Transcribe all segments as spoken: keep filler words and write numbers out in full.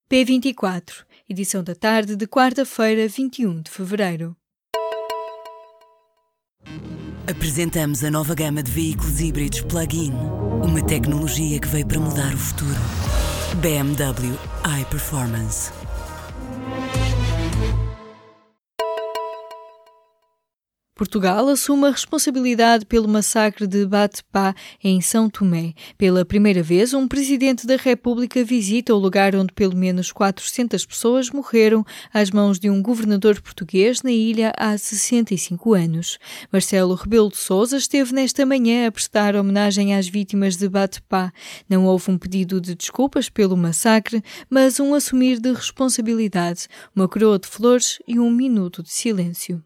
P vinte e quatro, edição da tarde de quarta-feira, vinte e um de fevereiro. Apresentamos a nova gama de veículos híbridos plug-in. Uma tecnologia que veio para mudar o futuro. B M W iPerformance. Portugal assume a responsabilidade pelo massacre de Batpá em São Tomé. Pela primeira vez, um presidente da República visita o lugar onde pelo menos quatrocentas pessoas morreram às mãos de um governador português na ilha há sessenta e cinco anos. Marcelo Rebelo de Sousa esteve nesta manhã a prestar homenagem às vítimas de Batpá. Não houve um pedido de desculpas pelo massacre, mas um assumir de responsabilidade, uma coroa de flores e um minuto de silêncio.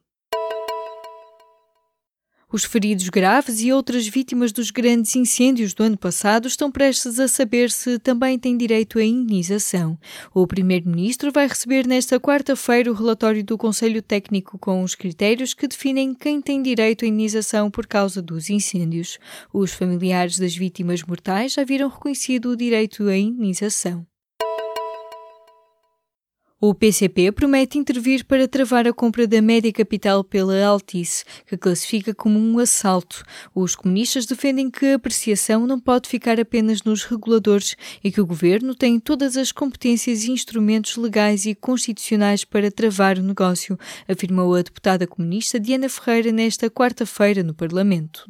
Os feridos graves e outras vítimas dos grandes incêndios do ano passado estão prestes a saber se também têm direito à indenização. O primeiro-ministro vai receber nesta quarta-feira o relatório do Conselho Técnico com os critérios que definem quem tem direito à indenização por causa dos incêndios. Os familiares das vítimas mortais já viram reconhecido o direito à indenização. O P C P promete intervir para travar a compra da Média Capital pela Altice, que classifica como um assalto. Os comunistas defendem que a apreciação não pode ficar apenas nos reguladores e que o governo tem todas as competências e instrumentos legais e constitucionais para travar o negócio, afirmou a deputada comunista Diana Ferreira nesta quarta-feira no Parlamento.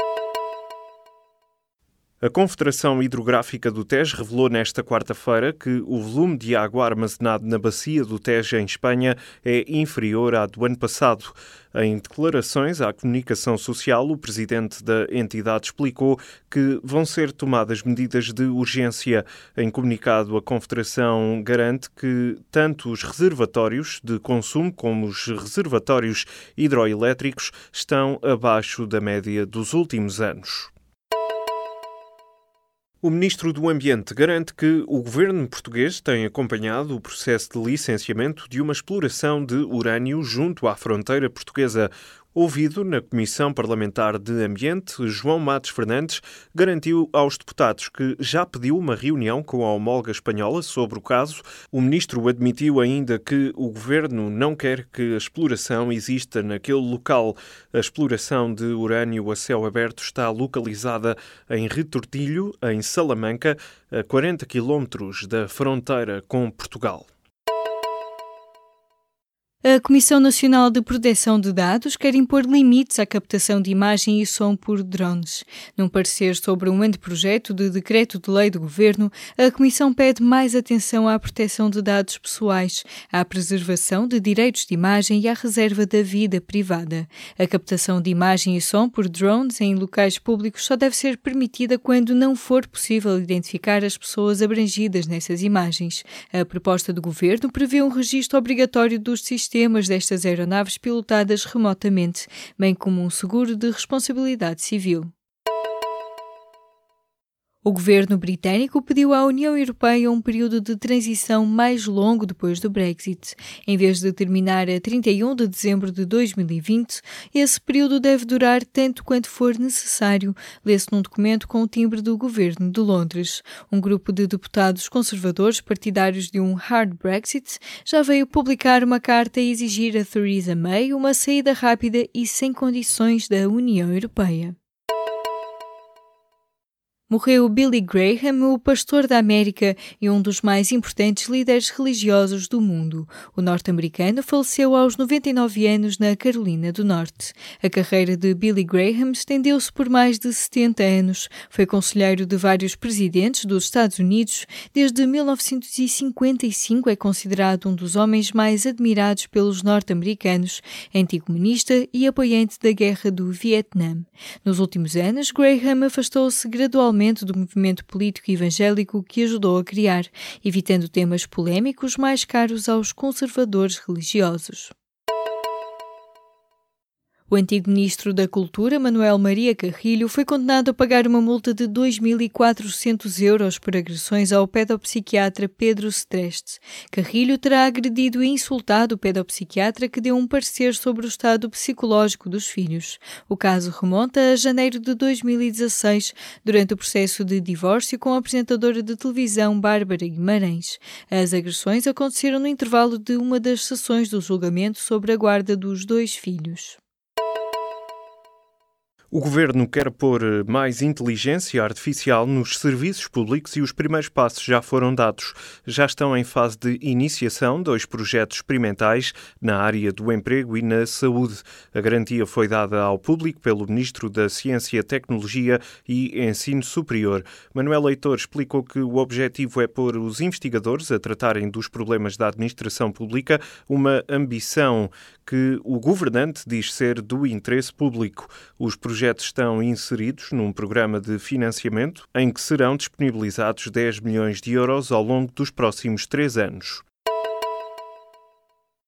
A Confederação Hidrográfica do Tejo revelou nesta quarta-feira que o volume de água armazenado na bacia do Tejo em Espanha é inferior à do ano passado. Em declarações à comunicação social, o presidente da entidade explicou que vão ser tomadas medidas de urgência. Em comunicado, a Confederação garante que tanto os reservatórios de consumo como os reservatórios hidroelétricos estão abaixo da média dos últimos anos. O ministro do Ambiente garante que o governo português tem acompanhado o processo de licenciamento de uma exploração de urânio junto à fronteira portuguesa. Ouvido na Comissão Parlamentar de Ambiente, João Matos Fernandes garantiu aos deputados que já pediu uma reunião com a homóloga espanhola sobre o caso. O ministro admitiu ainda que o governo não quer que a exploração exista naquele local. A exploração de urânio a céu aberto está localizada em Retortilho, em Salamanca, a quarenta quilómetros da fronteira com Portugal. A Comissão Nacional de Proteção de Dados quer impor limites à captação de imagem e som por drones. Num parecer sobre um anteprojeto de decreto de lei do Governo, a Comissão pede mais atenção à proteção de dados pessoais, à preservação de direitos de imagem e à reserva da vida privada. A captação de imagem e som por drones em locais públicos só deve ser permitida quando não for possível identificar as pessoas abrangidas nessas imagens. A proposta do Governo prevê um registro obrigatório dos sistemas sistemas destas aeronaves pilotadas remotamente, bem como um seguro de responsabilidade civil. O governo britânico pediu à União Europeia um período de transição mais longo depois do Brexit. Em vez de terminar a trinta e um de dezembro de dois mil e vinte, esse período deve durar tanto quanto for necessário, lê-se num documento com o timbre do governo de Londres. Um grupo de deputados conservadores partidários de um hard Brexit já veio publicar uma carta a exigir a Theresa May uma saída rápida e sem condições da União Europeia. Morreu Billy Graham, o pastor da América e um dos mais importantes líderes religiosos do mundo. O norte-americano faleceu aos noventa e nove anos na Carolina do Norte. A carreira de Billy Graham estendeu-se por mais de setenta anos. Foi conselheiro de vários presidentes dos Estados Unidos. Desde mil novecentos e cinquenta e cinco é considerado um dos homens mais admirados pelos norte-americanos, anticomunista e apoiante da Guerra do Vietnã. Nos últimos anos, Graham afastou-se gradualmente do movimento político evangélico que ajudou a criar, evitando temas polémicos mais caros aos conservadores religiosos. O antigo ministro da Cultura, Manuel Maria Carrilho, foi condenado a pagar uma multa de dois mil e quatrocentos euros por agressões ao pedopsiquiatra Pedro Streste. Carrilho terá agredido e insultado o pedopsiquiatra que deu um parecer sobre o estado psicológico dos filhos. O caso remonta a janeiro de dois mil e dezasseis, durante o processo de divórcio com a apresentadora de televisão Bárbara Guimarães. As agressões aconteceram no intervalo de uma das sessões do julgamento sobre a guarda dos dois filhos. O Governo quer pôr mais inteligência artificial nos serviços públicos e os primeiros passos já foram dados. Já estão em fase de iniciação dois projetos experimentais na área do emprego e na saúde. A garantia foi dada ao público pelo Ministro da Ciência, Tecnologia e Ensino Superior. Manuel Leitor explicou que o objetivo é pôr os investigadores a tratarem dos problemas da administração pública, uma ambição que o governante diz ser do interesse público. Os projetos estão inseridos num programa de financiamento em que serão disponibilizados dez milhões de euros ao longo dos próximos três anos.